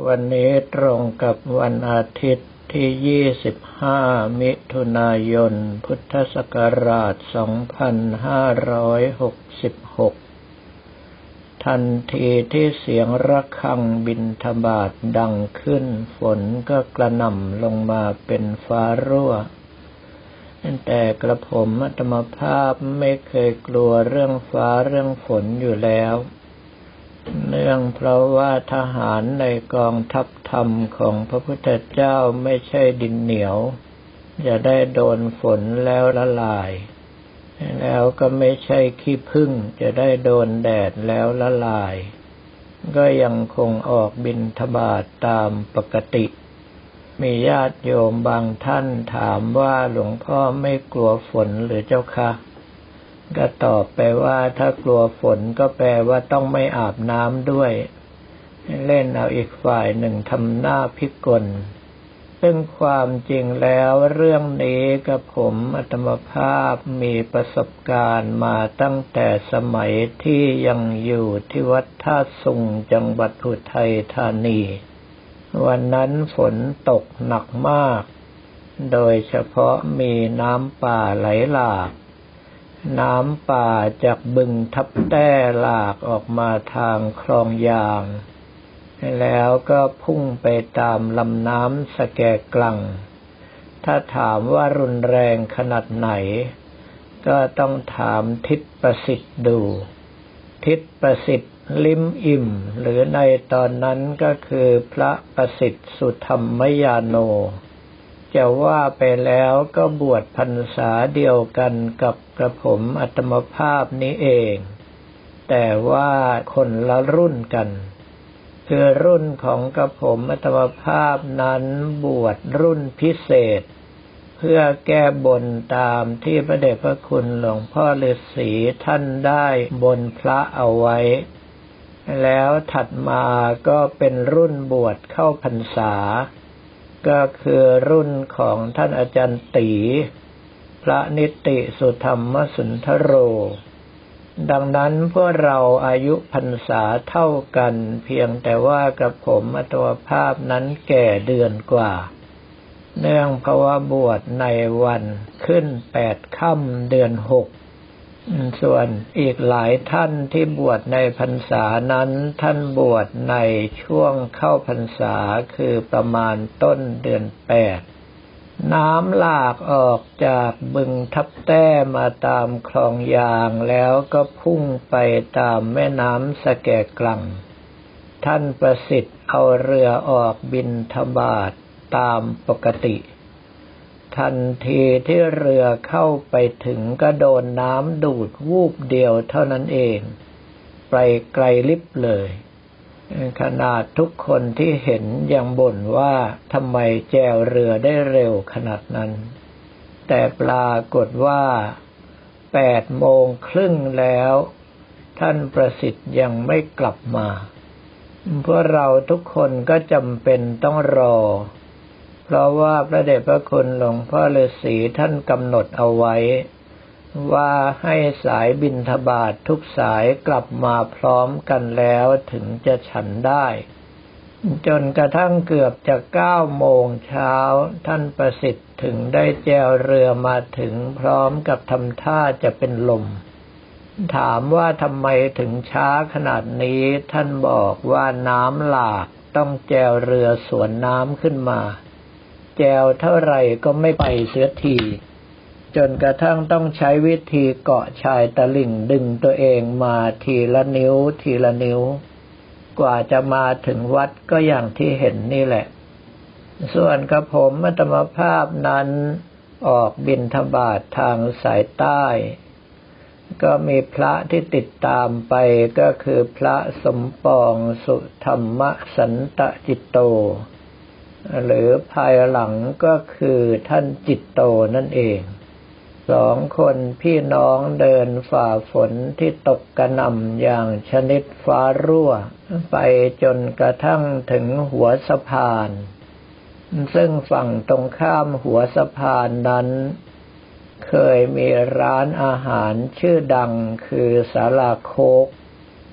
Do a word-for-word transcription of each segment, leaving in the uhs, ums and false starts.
วันนี้ตรงกับวันอาทิตย์ที่ยี่สิบห้ามิถุนายนพุทธศักราชสองพันห้าร้อยหกสิบหกทันทีที่เสียงระฆังบิณฑบาตดังขึ้นฝนก็กระหน่ำลงมาเป็นฟ้ารั่วแต่กระผมอาตมาภาพไม่เคยกลัวเรื่องฟ้าเรื่องฝนอยู่แล้วเนื่องเพราะว่าทหารในกองทัพธรรมของพระพุทธเจ้าไม่ใช่ดินเหนียวจะได้โดนฝนแล้วละลายแล้วก็ไม่ใช่ขี้ผึ้งจะได้โดนแดดแล้วละลายก็ยังคงออกบิณฑบาตตามปกติมีญาติโยมบางท่านถามว่าหลวงพ่อไม่กลัวฝนหรือเจ้าคะก็ตอบไปว่าถ้ากลัวฝนก็แปลว่าต้องไม่อาบน้ำด้วยเล่นเอาอีกฝ่ายหนึ่งทำหน้าพิกลซึ่งความจริงแล้วเรื่องนี้กับผมอาตมาภาพมีประสบการณ์มาตั้งแต่สมัยที่ยังอยู่ที่วัดท่าสุงจังหวัดอุทัยธานีวันนั้นฝนตกหนักมากโดยเฉพาะมีน้ำป่าไหลหลากน้ำป่าจากบึงทับแต้หลากออกมาทางคลองยางแล้วก็พุ่งไปตามลำน้ำสะแกกลังถ้าถามว่ารุนแรงขนาดไหนก็ต้องถามทิศประสิทธิ์ดูทิศประสิทธิ์ลิ้มอิ่มหรือในตอนนั้นก็คือพระประสิทธิ์สุธรรมยาโนจะว่าไปแล้วก็บวชพรรษาเดียวกันกับกระผมอาตมภาพนี้เองแต่ว่าคนละรุ่นกันคือรุ่นของกระผมอาตมภาพนั้นบวชรุ่นพิเศษเพื่อแก้บนตามที่พระเดชพระคุณหลวงพ่อฤาษีท่านได้บนพระเอาไว้แล้วถัดมาก็เป็นรุ่นบวชเข้าพรรษาก็คือรุ่นของท่านอาจารย์ตีพระนิติสุธรรมสุนทโรดังนั้นพวกเราอายุพรรษาเท่ากันเพียงแต่ว่ากระผมอัตวภาพนั้นแก่เดือนกว่าเนื่องเพราะว่าบวชในวันขึ้นแปดค่ำเดือนหกส่วนอีกหลายท่านที่บวชในพรรษานั้นท่านบวชในช่วงเข้าพรรษาคือประมาณต้นเดือนแปดน้ำหลากออกจากบึงทับแต้มาตามคลองยางแล้วก็พุ่งไปตามแม่น้ำสะแกกลังท่านประสิทธิ์เอาเรือออกบิณฑบาตตามปกติทันทีที่เรือเข้าไปถึงก็โดนน้ำดูดวูบเดียวเท่านั้นเองไปไกลลิบเลยขนาดทุกคนที่เห็นยังบ่นว่าทำไมแจวเรือได้เร็วขนาดนั้นแต่ปรากฏว่าแปดโมงครึ่งแล้วท่านประสิทธิ์ยังไม่กลับมาพวกเราทุกคนก็จำเป็นต้องรอเพราะว่าพระเดชพระคุณหลวงพ่อฤาษีท่านกำหนดเอาไว้ว่าให้สายบิณฑบาตทุกสายกลับมาพร้อมกันแล้วถึงจะฉันได้จนกระทั่งเกือบจะเก้าโมงเช้าท่านประสิทธิ์ถึงได้แจวเรือมาถึงพร้อมกับทำท่าจะเป็นลมถามว่าทำไมถึงช้าขนาดนี้ท่านบอกว่าน้ำหลากต้องแจวเรือสวนน้ำขึ้นมาแจวเท่าไหร่ก็ไม่ไปเสียทีจนกระทั่งต้องใช้วิธีเกาะชายตะลิ่งดึงตัวเองมาทีละนิ้วทีละนิ้วกว่าจะมาถึงวัดก็อย่างที่เห็นนี่แหละส่วนกระผมอาตมาภาพนั้นออกบิณฑบาตทางสายใต้ก็มีพระที่ติดตามไปก็คือพระสมปองสุธรรมสันตจิตโตหรือภายหลังก็คือท่านจิตโตนั่นเองสองคนพี่น้องเดินฝ่าฝนที่ตกกระหน่ำอย่างชนิดฟ้ารั่วไปจนกระทั่งถึงหัวสะพานซึ่งฝั่งตรงข้ามหัวสะพานนั้นเคยมีร้านอาหารชื่อดังคือศาลาโคก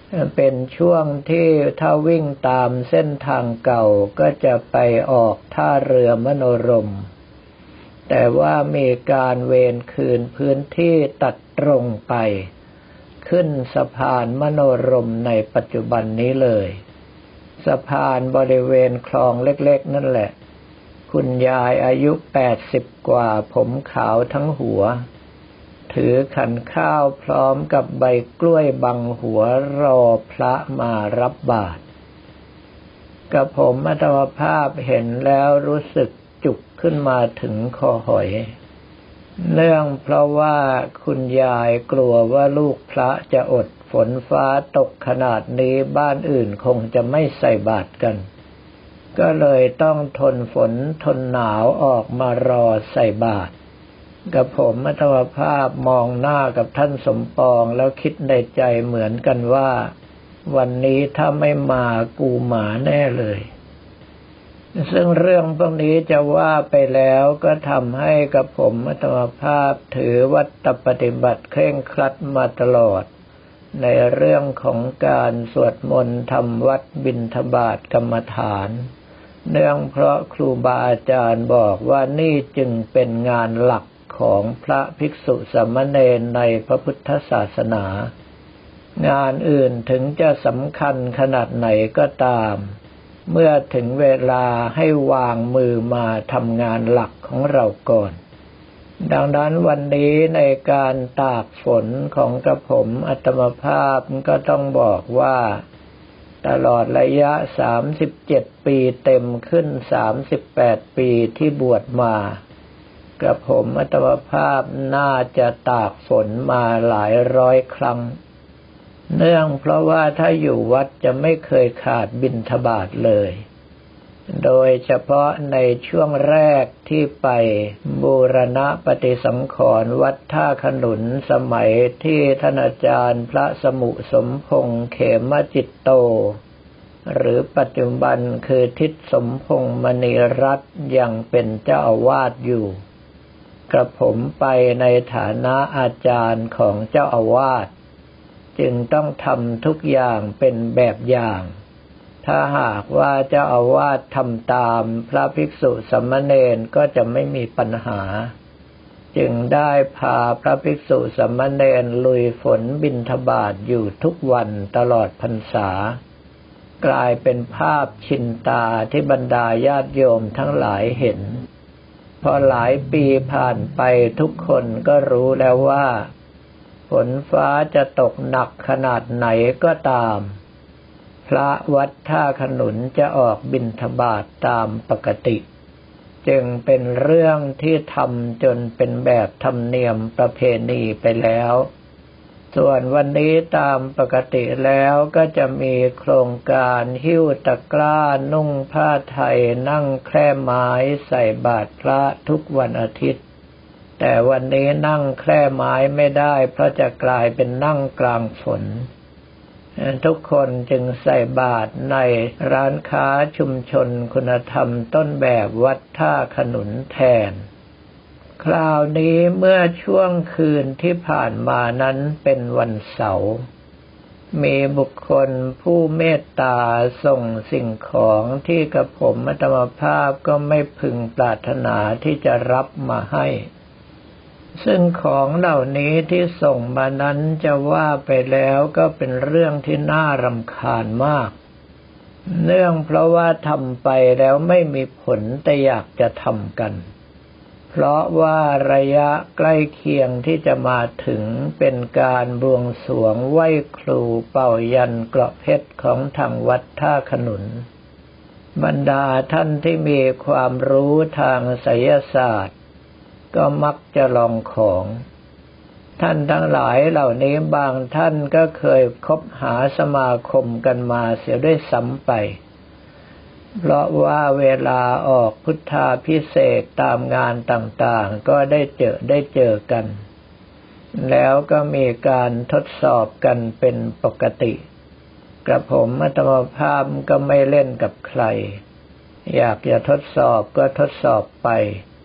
เป็นช่วงที่ถ้าวิ่งตามเส้นทางเก่าก็จะไปออกท่าเรือมโนรมแต่ว่ามีการเวรคืนพื้นที่ตัดตรงไปขึ้นสะพานมโนรมในปัจจุบันนี้เลยสะพานบริเวณคลองเล็กๆนั่นแหละคุณยายอายุแปดสิบกว่าผมขาวทั้งหัวถือขันข้าวพร้อมกับใบกล้วยบังหัวรอพระมารับบาตรกับผมอัตมภาพเห็นแล้วรู้สึกจุกขึ้นมาถึงคอหอยเนื่องเพราะว่าคุณยายกลัวว่าลูกพระจะอดฝนฟ้าตกขนาดนี้บ้านอื่นคงจะไม่ใส่บาตรกันก็เลยต้องทนฝนทนหนาวออกมารอใส่บาตรกับผมอัตมภาพมองหน้ากับท่านสมปองแล้วคิดในใจเหมือนกันว่าวันนี้ถ้าไม่มากูหมาแน่เลยซึ่งเรื่องพวกนี้จะว่าไปแล้วก็ทำให้กับผมอัตมภาพถือวัตปฏิบัติเคร่งครัดมาตลอดในเรื่องของการสวดมนต์ทำวัดบิณฑบาตกรรมฐานเนื่องเพราะครูบาอาจารย์บอกว่านี่จึงเป็นงานหลักของพระภิกษุสามเณรในพระพุทธศาสนางานอื่นถึงจะสำคัญขนาดไหนก็ตามเมื่อถึงเวลาให้วางมือมาทำงานหลักของเราก่อนดังนั้นวันนี้ในการตากฝนของกระผมอัตมภาพก็ต้องบอกว่าตลอดระยะสามสิบเจ็ดปีเต็มขึ้นสามสิบแปดปีที่บวชมากระผมอัตมภาพน่าจะตากฝนมาหลายร้อยครั้งเนื่องเพราะว่าถ้าอยู่วัดจะไม่เคยขาดบิณฑบาตเลยโดยเฉพาะในช่วงแรกที่ไปบูรณะปฏิสังขรณ์วัดท่าขนุนสมัยที่ท่านอาจารย์พระสมุสมพงษ์เขมจิตโตหรือปัจจุบันคือทิศสมพงษ์มณีรัตน์ยังเป็นเจ้าอาวาสอยู่กระผมไปในฐานะอาจารย์ของเจ้าอาวาสจึงต้องทำทุกอย่างเป็นแบบอย่างถ้าหากว่าเจ้าอาวาสทำตามพระภิกษุสามเณรก็จะไม่มีปัญหาจึงได้พาพระภิกษุสามเณรลุยฝนบิณฑบาตอยู่ทุกวันตลอดพรรษากลายเป็นภาพชินตาที่บรรดาญาติโยมทั้งหลายเห็นพอหลายปีผ่านไปทุกคนก็รู้แล้วว่าฝนฟ้าจะตกหนักขนาดไหนก็ตามพระวัดท่าขนุนจะออกบิณฑบาตตามปกติจึงเป็นเรื่องที่ทำจนเป็นแบบธรรมเนียมประเพณีไปแล้วส่วนวันนี้ตามปกติแล้วก็จะมีโครงการหิ้วตะกร้านุ่งผ้าไทยนั่งแคร่ไม้ใส่บาตรพระทุกวันอาทิตย์แต่วันนี้นั่งแคร่ไม้ไม่ได้เพราะจะกลายเป็นนั่งกลางฝนทุกคนจึงใส่บาตรในร้านค้าชุมชนคุณธรรมต้นแบบวัดท่าขนุนแทนคราวนี้เมื่อช่วงคืนที่ผ่านมานั้นเป็นวันเสาร์มีบุคคลผู้เมตตาส่งสิ่งของที่กระผมอัตมภาพก็ไม่พึงปรารถนาที่จะรับมาให้ซึ่งของเหล่านี้ที่ส่งมานั้นจะว่าไปแล้วก็เป็นเรื่องที่น่ารำคาญมากเนื่องเพราะว่าทำไปแล้วไม่มีผลแต่อยากจะทำกันเพราะว่าระยะใกล้เคียงที่จะมาถึงเป็นการบวงสรวงไหว้ครูเป่ายันเกราะเพชรของทางวัดท่าขนุนบรรดาท่านที่มีความรู้ทางไสยศาสตร์ก็มักจะลองของท่านทั้งหลายเหล่านี้บางท่านก็เคยคบหาสมาคมกันมาเสียด้วยซ้ำไปเพราะว่าเวลาออกพุทธาภิเษกตามงานต่างๆก็ได้เจอได้เจอกันแล้วก็มีการทดสอบกันเป็นปกติกระผมอัตมภาพก็ไม่เล่นกับใครอยากจะทดสอบก็ทดสอบไป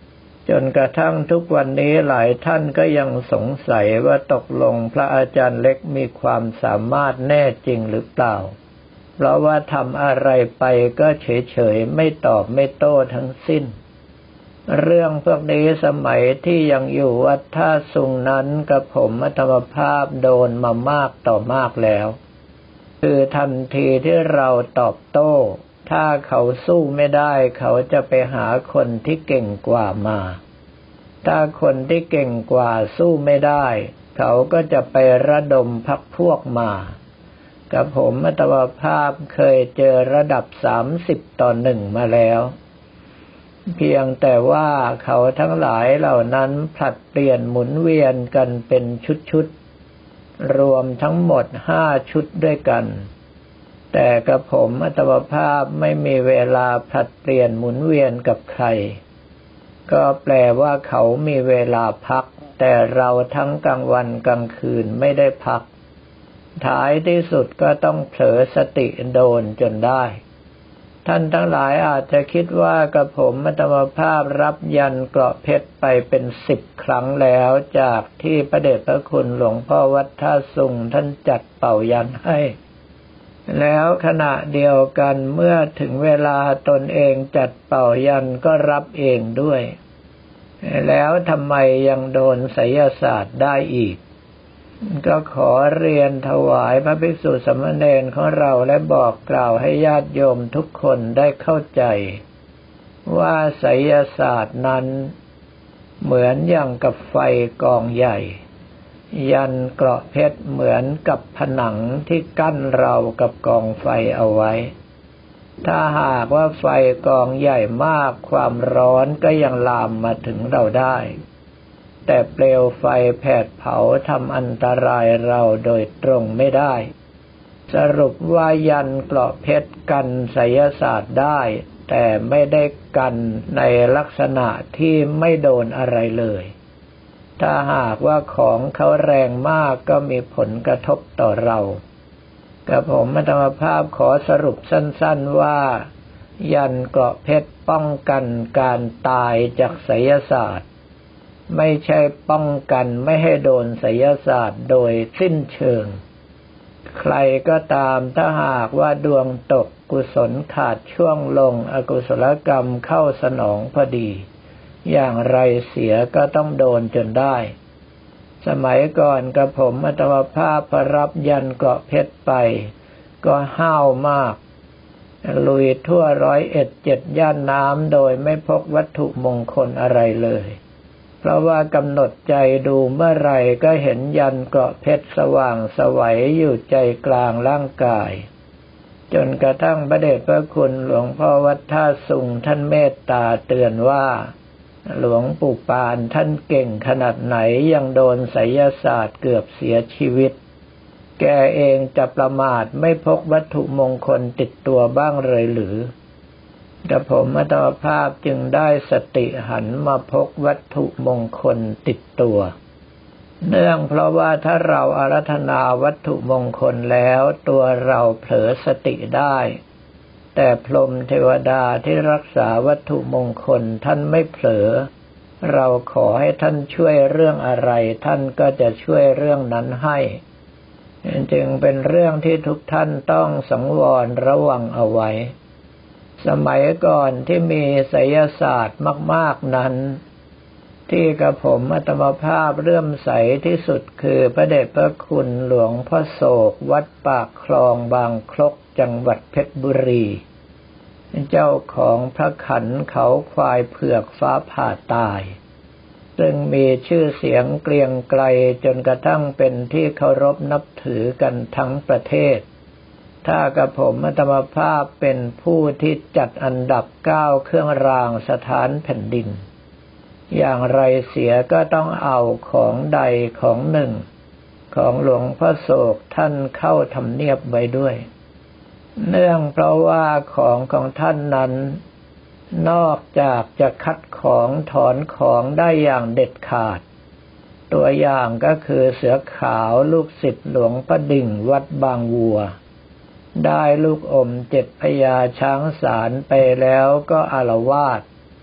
จนกระทั่งทุกวันนี้หลายท่านก็ยังสงสัยว่าตกลงพระอาจารย์เล็กมีความสามารถแน่จริงหรือเปล่าเพราะว่าทำอะไรไปก็เฉยๆไม่ตอบไม่โต้ทั้งสิ้นเรื่องพวกนี้สมัยที่ยังอยู่วัดท่าสุงนั้นกับผมอัตมภาพโดนมามากต่อมากแล้วคือทันทีที่เราตอบโต้ถ้าเขาสู้ไม่ได้เขาจะไปหาคนที่เก่งกว่ามาถ้าคนที่เก่งกว่าสู้ไม่ได้เขาก็จะไประดมพรรคพวกมากับผมอัตมภาพเคยเจอระดับสามสิบต่อหนึ่งมาแล้วเพียงแต่ว่าเขาทั้งหลายเหล่านั้นผลัดเปลี่ยนหมุนเวียนกันเป็นชุดๆรวมทั้งหมดห้าชุดด้วยกันแต่กับผมอัตมภาพไม่มีเวลาผลัดเปลี่ยนหมุนเวียนกับใครก็แปลว่าเขามีเวลาพักแต่เราทั้งกลางวันกลางคืนไม่ได้พักท้ายที่สุดก็ต้องเผลอสติโดนจนได้ท่านทั้งหลายอาจจะคิดว่ากับผมอัตมภาพรับยันเกราะเพชรไปเป็นสิบครั้งแล้วจากที่พระเดชพระคุณหลวงพ่อวัดท่าสุงท่านจัดเป่ายันให้แล้วขณะเดียวกันเมื่อถึงเวลาตนเองจัดเป่ายันก็รับเองด้วยแล้วทำไมยังโดนไสยศาสตร์ได้อีกก็ขอเรียนถวายพระภิกษุสามเณรของเราและบอกกล่าวให้ญาติโยมทุกคนได้เข้าใจว่าไสยศาสตร์นั้นเหมือนอย่างกับไฟกองใหญ่ยันเกราะเพชรเหมือนกับผนังที่กั้นเรากับกองไฟเอาไว้ถ้าหากว่าไฟกองใหญ่มากความร้อนก็ยังลามมาถึงเราได้แต่เปลวไฟแผดเผาทำอันตรายเราโดยตรงไม่ได้สรุปว่ายันเกราะเพชรกันไสยศาสตร์ได้แต่ไม่ได้กันในลักษณะที่ไม่โดนอะไรเลยถ้าหากว่าของเขาแรงมากก็มีผลกระทบต่อเรากับผมอัตมภาพขอสรุปสั้นๆว่ายันเกราะเพชรป้องกันการตายจากไสยศาสตร์ไม่ใช่ป้องกันไม่ให้โดนไสยศาสตร์โดยสิ้นเชิงใครก็ตามถ้าหากว่าดวงตกกุศลขาดช่วงลงอกุศลกรรมเข้าสนองพอดีอย่างไรเสียก็ต้องโดนจนได้สมัยก่อนกับผมอัตมภาพรับยันเกราะเพชรไปก็ห้าวมากลุยทั่วร้อยเอ็ดเจ็ดย่านน้ำโดยไม่พกวัตถุมงคลอะไรเลยเพราะว่ากำหนดใจดูเมื่อไรก็เห็นยันเกราะเพชรสว่างไสวอยู่ใจกลางร่างกายจนกระทั่งพระเดชพระคุณหลวงพ่อวัดท่าสุงท่านเมตตาเตือนว่าหลวงปู่ปานท่านเก่งขนาดไหนยังโดนไสยศาสตร์เกือบเสียชีวิตแกเองจะประมาทไม่พกวัตถุมงคลติดตัวบ้างเลยหรือกับผมอัตมภาพจึงได้สติหันมาพกวัตถุมงคลติดตัวเนื่องเพราะว่าถ้าเราอาราธนาวัตถุมงคลแล้วตัวเราเผลอสติได้แต่พรหมเทวดาที่รักษาวัตถุมงคลท่านไม่เผลอเราขอให้ท่านช่วยเรื่องอะไรท่านก็จะช่วยเรื่องนั้นให้จึงเป็นเรื่องที่ทุกท่านต้องสังวรระวังเอาไว้สมัยก่อนที่มีไสยศาสตร์มากๆนั้นที่กระผมอัตมภาพเลื่อมใสที่สุดคือพระเดชพระคุณหลวงพ่อโศกวัดปากคลองบางคลกจังหวัดเพชรบุรีเจ้าของพระขันเขาควายเผือกฟ้าผ่าตายซึ่งมีชื่อเสียงเกรียงไกรจนกระทั่งเป็นที่เคารพนับถือกันทั้งประเทศถ้ากระผมอัตมภาพเป็นผู้ที่จัดอันดับเก้าเครื่องรางสถานแผ่นดินอย่างไรเสียก็ต้องเอาของใดของหนึ่งของหลวงพ่อโศกท่านเข้าทำเนียบไว้ด้วยเนื่องเพราะว่าของของท่านนั้นนอกจากจะคัดของถอนของได้อย่างเด็ดขาดตัวอย่างก็คือเสือขาวลูกศิษย์หลวงพ่อดิ่งวัดบางวัวได้ลูกอมเจ็ดพญาช้างสารไปแล้วก็อาละวาด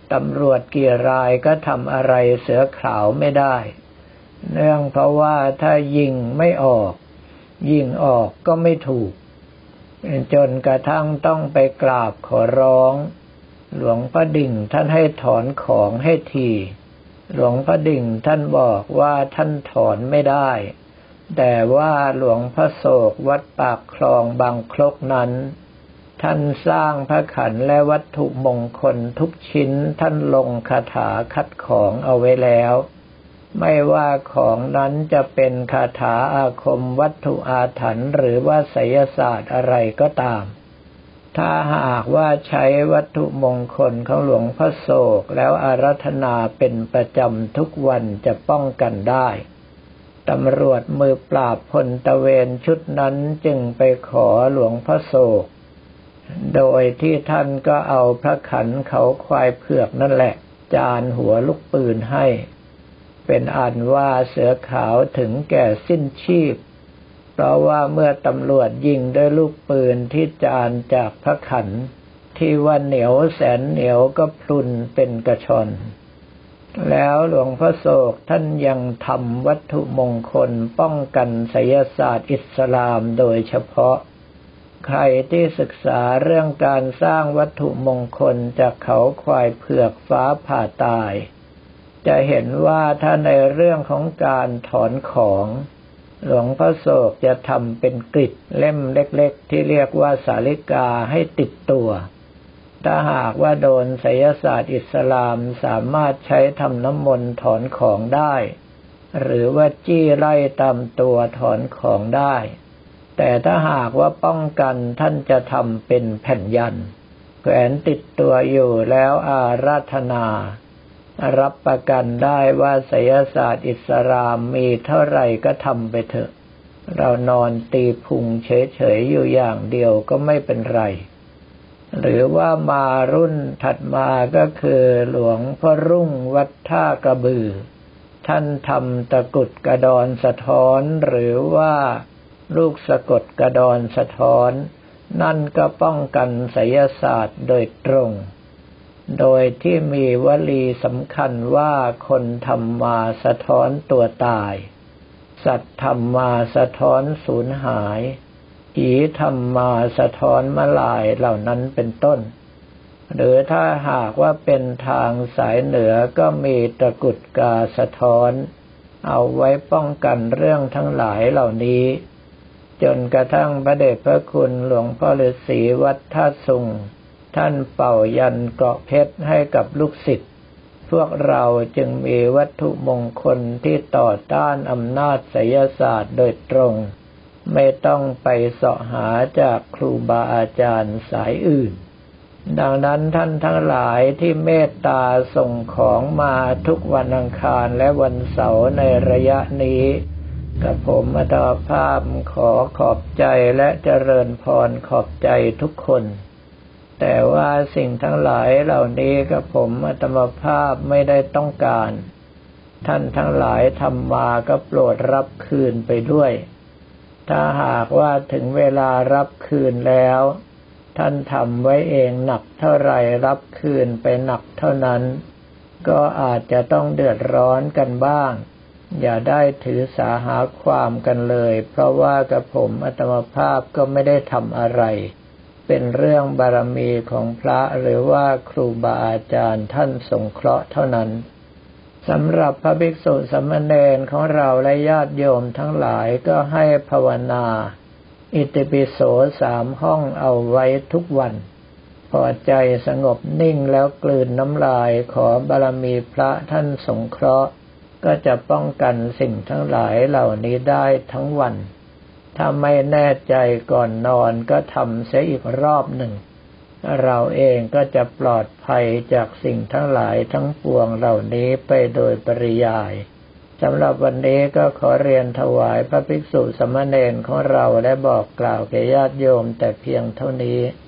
ตำรวจกี่รายก็ทำอะไรเสือขาวไม่ได้เนื่องเพราะว่าถ้ายิงไม่ออกยิงออกก็ไม่ถูกจนกระทั่งต้องไปกราบขอร้องหลวงพ่อดิ่งท่านให้ถอนของให้ทีหลวงพ่อดิ่งท่านบอกว่าท่านถอนไม่ได้แต่ว่าหลวงพ่อโศกวัดปากคลองบางคลกนั้นท่านสร้างพระขันและวัตถุมงคลทุกชิ้นท่านลงคาถาคัดของเอาไว้แล้วไม่ว่าของนั้นจะเป็นคาถาอาคมวัตถุอาถรรพ์หรือว่าไสยศาสตร์อะไรก็ตามถ้าหากว่าใช้วัตถุมงคลของหลวงพ่อโศกแล้วอาราธนาเป็นประจำทุกวันจะป้องกันได้ตำรวจมือปราบพลตระเวนชุดนั้นจึงไปขอหลวงพ่อโศกโดยที่ท่านก็เอาพระขันเขาควายเผือกนั่นแหละจานหัวลูกปืนให้เป็นอันว่าเสือขาวถึงแก่สิ้นชีพเพราะว่าเมื่อตำรวจยิงด้วยลูกปืนที่จานจากพระขันที่ว่าเหนียวแสนเหนียวก็พรุนเป็นกระชอนแล้วหลวงพ่อโศกท่านยังทำวัตถุมงคลป้องกันไสยศาสตร์อิสลามโดยเฉพาะใครที่ศึกษาเรื่องการสร้างวัตถุมงคลจากเขาควายเผือกฟ้าผ่าตายจะเห็นว่าถ้าในเรื่องของการถอนของหลวงพ่อโศกจะทำเป็นกริดเล่มเล็กๆที่เรียกว่าสาลิกาให้ติดตัวถ้าหากว่าโดนไสยศาสตร์อิสลามสามารถใช้ทำน้ำมนต์ถอนของได้หรือว่าจี้ไล่ตามตัวถอนของได้แต่ถ้าหากว่าป้องกันท่านจะทำเป็นแผ่นยันแขวนติดตัวอยู่แล้วอาราธนารับประกันได้ว่าไสยศาสตร์อิสลามมีเท่าไหร่ก็ทำไปเถอะเรานอนตีพุงเฉยๆอยู่อย่างเดียวก็ไม่เป็นไรหรือว่ามารุ่นถัดมาก็คือหลวงพ่อรุ่งวัดท่ากระบือท่านทำตะกรุดกระดอนสะท้อนหรือว่าลูกสะกดกระดอนสะท้อนนั่นก็ป้องกันไสยศาสตร์โดยตรงโดยที่มีวลีสำคัญว่าคนทำมาสะท้อนตัวตายสัตว์ทำมาสะท้อนสูญหายผีทำมาสะท้อนมาลายเหล่านั้นเป็นต้นหรือถ้าหากว่าเป็นทางสายเหนือก็มีตะกรุดกาสะท้อนเอาไว้ป้องกันเรื่องทั้งหลายเหล่านี้จนกระทั่งพระเดชพระคุณหลวงพ่อฤาษีวัดท่าสุงท่านเป่ายันเกาะเพชรให้กับลูกศิษย์พวกเราจึงมีวัตถุมงคลที่ต่อต้านอำนาจไสยศาสตร์โดยตรงไม่ต้องไปเสาะหาจากครูบาอาจารย์สายอื่นดังนั้นท่านทั้งหลายที่เมตตาส่งของมาทุกวันอังคารและวันเสาร์ในระยะนี้กับผมอัตภาพขอขอบใจและเจริญพรขอบใจทุกคนแต่ว่าสิ่งทั้งหลายเหล่านี้กับผมอัตภาพไม่ได้ต้องการท่านทั้งหลายทำมาก็โปรดรับคืนไปด้วยถ้าหากว่าถึงเวลารับคืนแล้วท่านทำไว้เองหนักเท่าไรรับคืนไปหนักเท่านั้นก็อาจจะต้องเดือดร้อนกันบ้างอย่าได้ถือสาหาความกันเลยเพราะว่ากับผมอาตมาภาพก็ไม่ได้ทำอะไรเป็นเรื่องบารมีของพระหรือว่าครูบาอาจารย์ท่านสงเคราะห์เท่านั้นสำหรับพระภิกษุสามเณรของเราและญาติโยมทั้งหลายก็ให้ภาวนาอิติปิโสสามห้องเอาไว้ทุกวันพอใจสงบนิ่งแล้วกลืนน้ำลายขอบารมีพระท่านสงเคราะห์ก็จะป้องกันสิ่งทั้งหลายเหล่านี้ได้ทั้งวันถ้าไม่แน่ใจก่อนนอนก็ทำเสียอีกรอบหนึ่งเราเองก็จะปลอดภัยจากสิ่งทั้งหลายทั้งปวงเหล่านี้ไปโดยปริยายสำหรับวันนี้ก็ขอเรียนถวายพระภิกษุสามเณรของเราและบอกกล่าวแก่ญาติโยมแต่เพียงเท่านี้